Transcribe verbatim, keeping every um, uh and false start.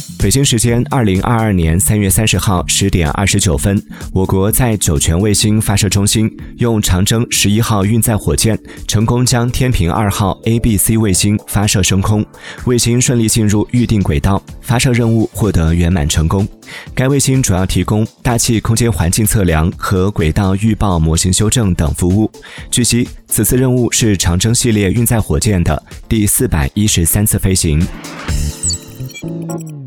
北京时间二零二二年三月三十号十点二十九分，我国在酒泉卫星发射中心用长征十一号运载火箭成功将天平二号 A B C 卫星发射升空，卫星顺利进入预定轨道，发射任务获得圆满成功。该卫星主要提供大气空间环境测量和轨道预报模型修正等服务。据悉，此次任务是长征系列运载火箭的第四百一十三次飞行。